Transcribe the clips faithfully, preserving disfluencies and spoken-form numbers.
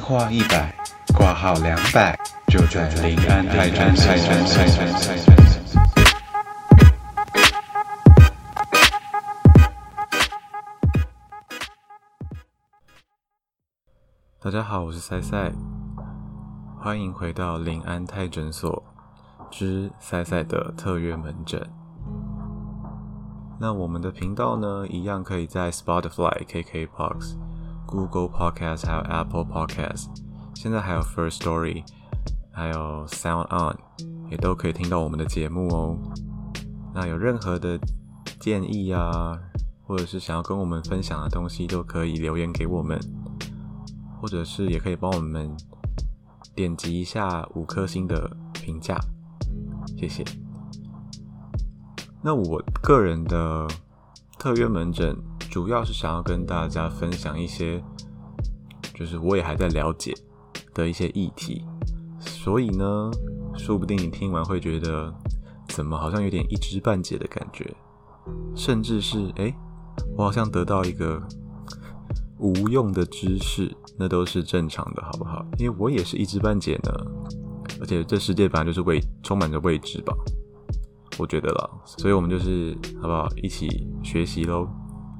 话一百，挂号两百，就在临安泰诊所。大家好，我是赛赛，欢迎回到临安泰诊所之赛赛的特约门诊。那我们的频道呢，一样可以在 Spotify、K K B O X、Google Podcast 还有 Apple Podcast， 现在还有 First Story， 还有 Sound On， 也都可以听到我们的节目哦。那有任何的建议啊，或者是想要跟我们分享的东西，都可以留言给我们，或者是也可以帮我们点击一下五颗星的评价，谢谢。那我个人的特约门诊主要是想要跟大家分享一些就是我也还在了解的一些议题，所以呢说不定你听完会觉得怎么好像有点一知半解的感觉，甚至是诶我好像得到一个无用的知识，那都是正常的好不好？因为我也是一知半解呢，而且这世界本来就是未充满着未知吧，我觉得啦，所以我们就是好不好一起学习咯。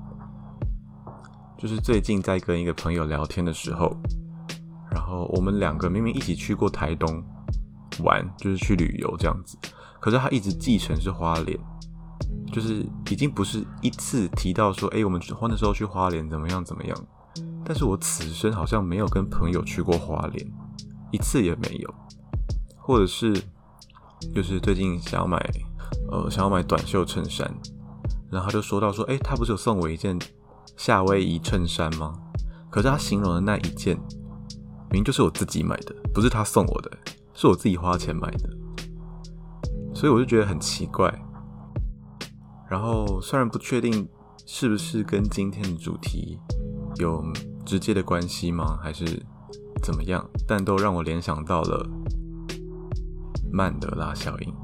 就是最近在跟一个朋友聊天的时候，然后我们两个明明一起去过台东玩，就是去旅游这样子，可是他一直记成是花莲，就是已经不是一次提到说诶我们那时候去花莲怎么样怎么样，但是我此生好像没有跟朋友去过花莲，一次也没有。或者是就是最近想要买呃想要买短袖衬衫，然后他就说到说诶他不是有送我一件夏威夷衬衫吗？可是他形容的那一件明明就是我自己买的，不是他送我的，是我自己花钱买的，所以我就觉得很奇怪。然后虽然不确定是不是跟今天的主题有直接的关系吗，还是怎么样，但都让我联想到了曼德拉效应。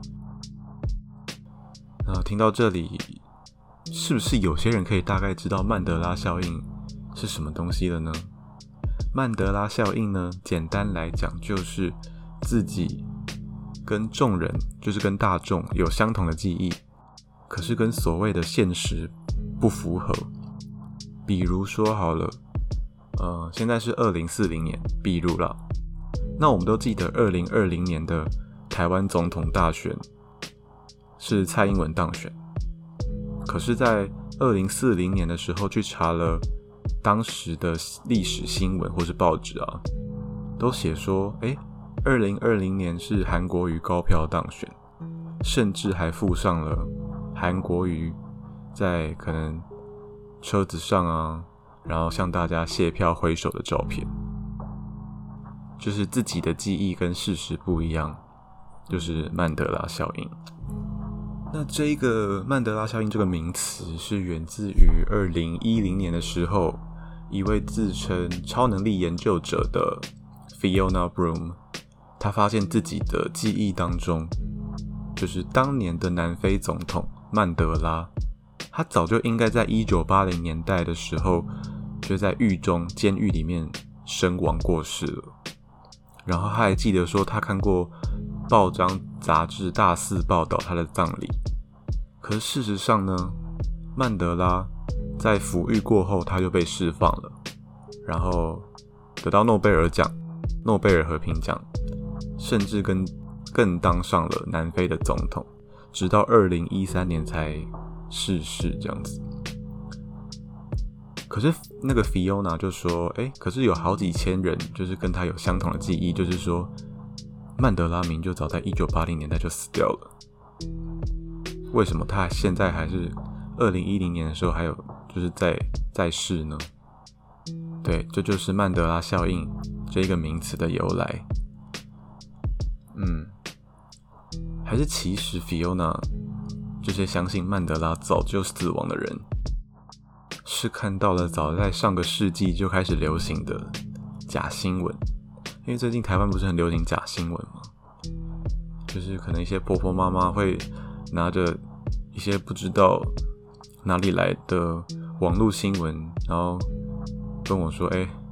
那听到这里，是不是有些人可以大概知道曼德拉效应是什么东西了呢？曼德拉效应呢，简单来讲就是自己跟众人，就是跟大众有相同的记忆，可是跟所谓的现实不符合。比如说好了，呃，现在是二零四零年，比如啦，那我们都记得二零二零年的台湾总统大选是蔡英文当选，可是在二零四零年的时候去查了当时的历史新闻或是报纸啊，都写说诶二零二零年是韩国瑜高票当选，甚至还附上了韩国瑜在可能车子上啊，然后向大家谢票挥手的照片。就是自己的记忆跟事实不一样，就是曼德拉效应。那这个曼德拉效应这个名词是源自于二零一零年的时候，一位自称超能力研究者的 Fiona Broom， 他发现自己的记忆当中，就是当年的南非总统曼德拉，他早就应该在一九八零年代的时候就在狱中监狱里面身亡过世了。然后他还记得说他看过报章杂志大肆报道他的葬礼，可是事实上呢，曼德拉在服狱过后他就被释放了，然后得到诺贝尔奖、诺贝尔和平奖，甚至跟更当上了南非的总统，直到二零一三年才逝世这样子。可是那个 Fiona 就说诶可是有好几千人就是跟他有相同的记忆，就是说曼德拉明就早在一九八零年代就死掉了，为什么他现在还是二零一零年的时候还有就是在在世呢？对，这就是曼德拉效应这一个名词的由来。嗯，还是其实 Fiona 这些相信曼德拉早就死亡的人，是看到了早在上个世纪就开始流行的假新闻。因为最近台湾不是很流行假新闻吗？就是可能一些婆婆妈妈会拿着一些不知道哪里来的网络新闻，然后跟我说诶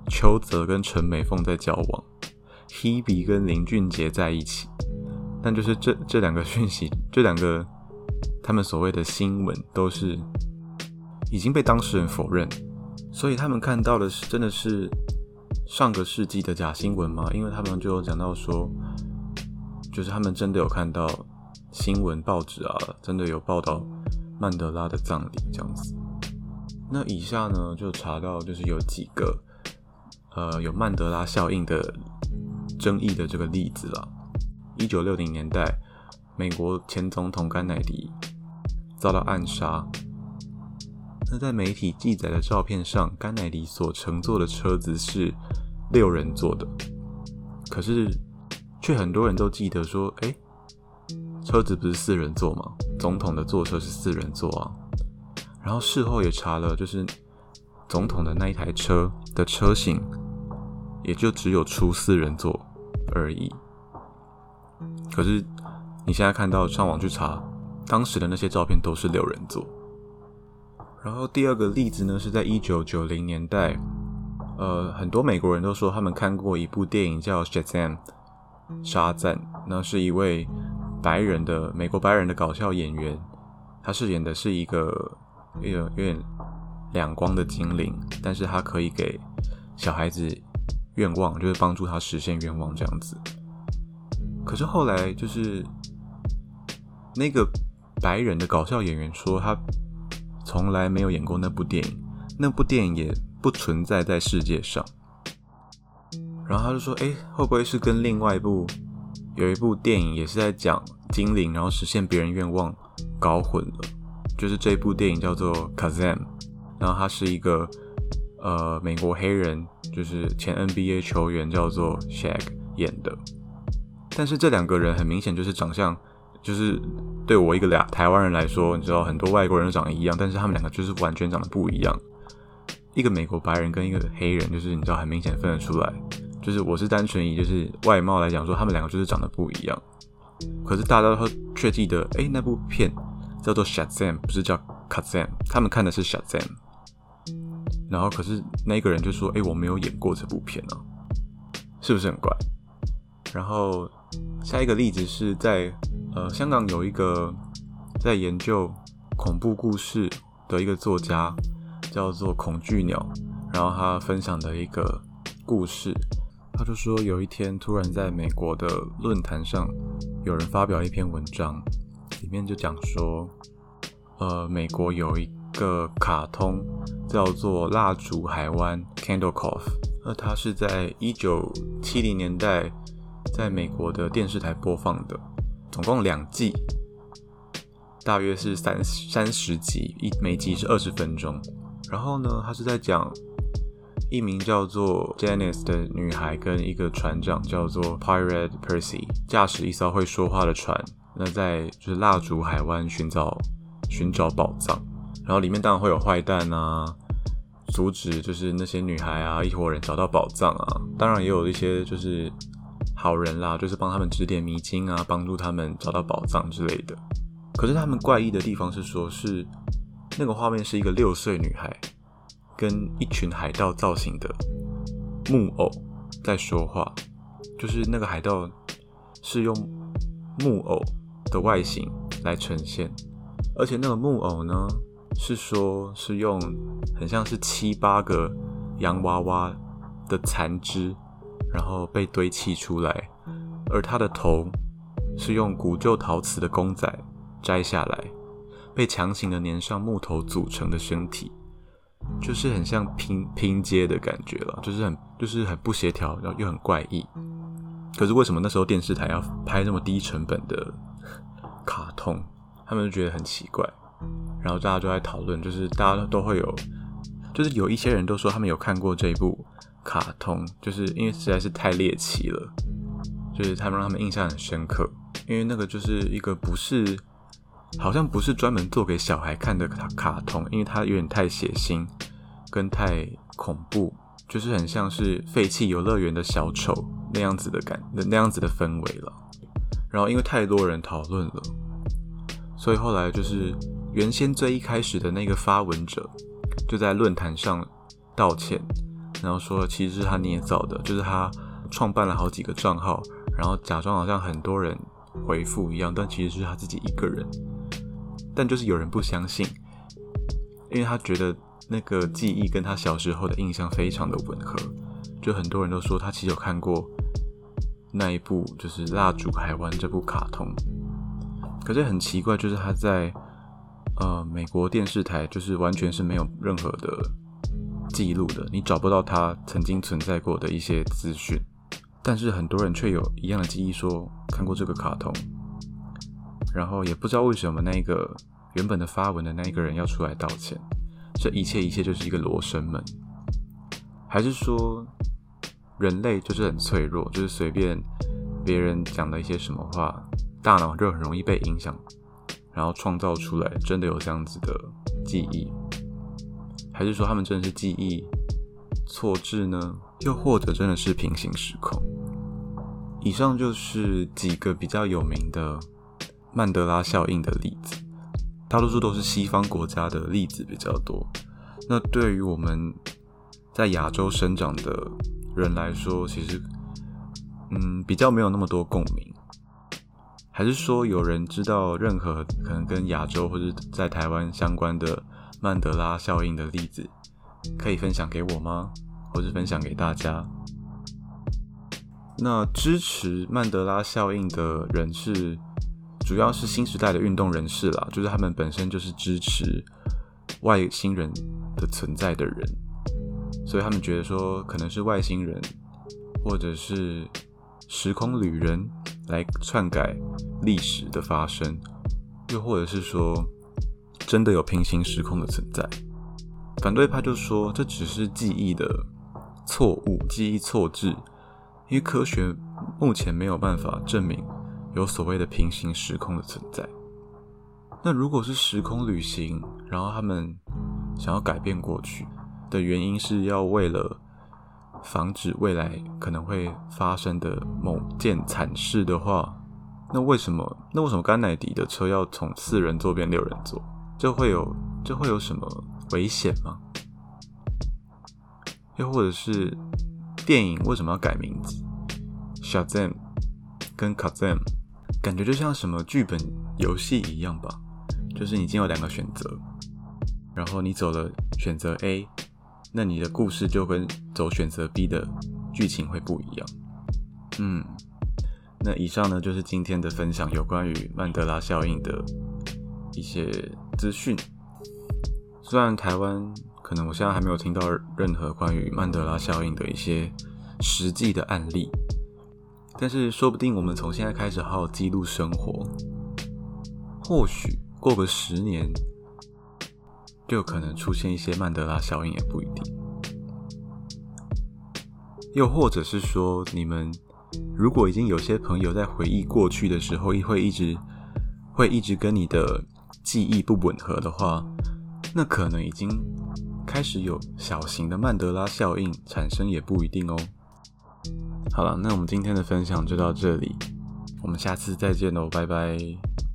邱泽跟陈美凤在交往 ，Hebe 跟林俊杰在一起。但就是这这两个讯息，这两个他们所谓的新闻都是已经被当事人否认，所以他们看到的是真的是上个世纪的假新闻吗？因为他们就有讲到说，就是他们真的有看到新闻报纸啊，真的有报道曼德拉的葬礼这样子。那以下呢就查到就是有几个呃有曼德拉效应的争议的这个例子啦。一九六零年代，美国前总统甘乃迪遭到暗杀。那在媒体记载的照片上，甘乃迪所乘坐的车子是六人座的，可是却很多人都记得说，诶，车子不是四人座吗？总统的座车是四人座啊。然后事后也查了，就是总统的那一台车的车型，也就只有出四人座而已。可是你现在看到上网去查，当时的那些照片都是六人座。然后第二个例子呢，是在一九九零年代，呃，很多美国人都说他们看过一部电影叫 Shazam 沙赞，那是一位白人的美国白人的搞笑演员，他饰演的是一个有有点两光的精灵，但是他可以给小孩子愿望，就是帮助他实现愿望这样子。可是后来就是那个白人的搞笑演员说，他从来没有演过那部电影，那部电影也不存在在世界上。然后他就说，诶，会不会是跟另外一部有一部电影也是在讲精灵然后实现别人愿望搞混了？就是这部电影叫做 Kazam， 然后他是一个呃美国黑人，就是前 N B A 球员叫做 Shaq 演的。但是这两个人很明显就是长相，就是对我一个台湾人来说，你知道很多外国人都长得一样，但是他们两个就是完全长得不一样。一个美国白人跟一个黑人，就是你知道很明显分得出来。就是我是单纯以就是外貌来讲说，他们两个就是长得不一样。可是大家都却记得，诶，那部片叫做 Shazam， 不是叫 Kazam， 他们看的是 Shazam。然后可是那个人就说，诶，我没有演过这部片啊，是不是很怪？然后下一个例子是在呃香港有一个在研究恐怖故事的一个作家叫做恐惧鸟，然后他分享的一个故事，他就说有一天突然在美国的论坛上有人发表一篇文章，里面就讲说呃美国有一个卡通叫做蜡烛海湾 Candle Cove， 那它是在一九七零年代在美国的电视台播放的，总共两季，大约是三十集，每集是二十分钟。然后呢，他是在讲一名叫做 Janice 的女孩跟一个船长叫做 Pirate Percy 驾驶一艘会说话的船，那在就是蜡烛海湾寻找寻找宝藏。然后里面当然会有坏蛋啊，阻止就是那些女孩啊一伙人找到宝藏啊，当然也有一些就是好人啦，就是帮他们指点迷津啊，帮助他们找到宝藏之类的。可是他们怪异的地方是说，是那个画面是一个六岁女孩跟一群海盗造型的木偶在说话，就是那个海盗是用木偶的外形来呈现，而且那个木偶呢是说是用很像是七八个洋娃娃的残肢然后被堆砌出来，而他的头是用古旧陶瓷的公仔摘下来，被强行的粘上木头组成的身体，就是很像拼拼接的感觉了，就是很就是很不协调，然后又很怪异。可是为什么那时候电视台要拍那么低成本的卡通？他们就觉得很奇怪，然后大家就在讨论，就是大家都会有，就是有一些人都说他们有看过这一部卡通，就是因为实在是太猎奇了，就是他们让他们印象很深刻，因为那个就是一个不是好像不是专门做给小孩看的卡通，因为它有点太血腥跟太恐怖，就是很像是废弃游乐园的小丑那样子的感那样子的氛围了。然后因为太多人讨论了，所以后来就是原先最一开始的那个发文者就在论坛上道歉， 然后说其实是他捏造的，就是他创办了好几个账号，然后假装好像很多人回复一样，但其实是他自己一个人。但就是有人不相信，因为他觉得那个记忆跟他小时候的印象非常的吻合，就很多人都说他其实有看过那一部就是《蜡烛海湾》这部卡通。可是很奇怪，就是他在呃美国电视台就是完全是没有任何的记录的，你找不到他曾经存在过的一些资讯，但是很多人却有一样的记忆说看过这个卡通，然后也不知道为什么那个原本的发文的那一个人要出来道歉，这一切一切就是一个罗生门。还是说人类就是很脆弱，就是随便别人讲的一些什么话，大脑就很容易被影响，然后创造出来真的有这样子的记忆？还是说他们真的是记忆错置呢？又或者真的是平行时空？以上就是几个比较有名的曼德拉效应的例子，大多数都是西方国家的例子比较多。那对于我们在亚洲生长的人来说，其实嗯比较没有那么多共鸣。还是说有人知道任何可能跟亚洲或者在台湾相关的曼德拉效应的例子，可以分享给我吗？或是分享给大家？那支持曼德拉效应的人是主要是新时代的运动人士啦，就是他们本身就是支持外星人的存在的人，所以他们觉得说可能是外星人或者是时空旅人来篡改历史的发生，又或者是说真的有平行时空的存在。反对派就说这只是记忆的错误，记忆错置，因为科学目前没有办法证明有所谓的平行时空的存在。那如果是时空旅行，然后他们想要改变过去的原因是要为了防止未来可能会发生的某件惨事的话，那为什么那为什么甘乃迪的车要从四人座变六人座？这会有这会有什么危险吗？又或者是电影为什么要改名字 Shazam 跟 Kazam， 感觉就像什么剧本游戏一样吧，就是你已经有两个选择，然后你走了选择 A， 那你的故事就跟走选择 B 的剧情会不一样。嗯，那以上呢就是今天的分享，有关于曼德拉效应的一些资讯。虽然台湾可能我现在还没有听到任何关于曼德拉效应的一些实际的案例，但是说不定我们从现在开始好好记录生活，或许过个十年就有可能出现一些曼德拉效应，也不一定。又或者是说，你们如果已经有些朋友在回忆过去的时候会一直会一直跟你的记忆不吻合的话，那可能已经开始有小型的曼德拉效应产生，也不一定哦。好了，那我们今天的分享就到这里，我们下次再见喽，拜拜。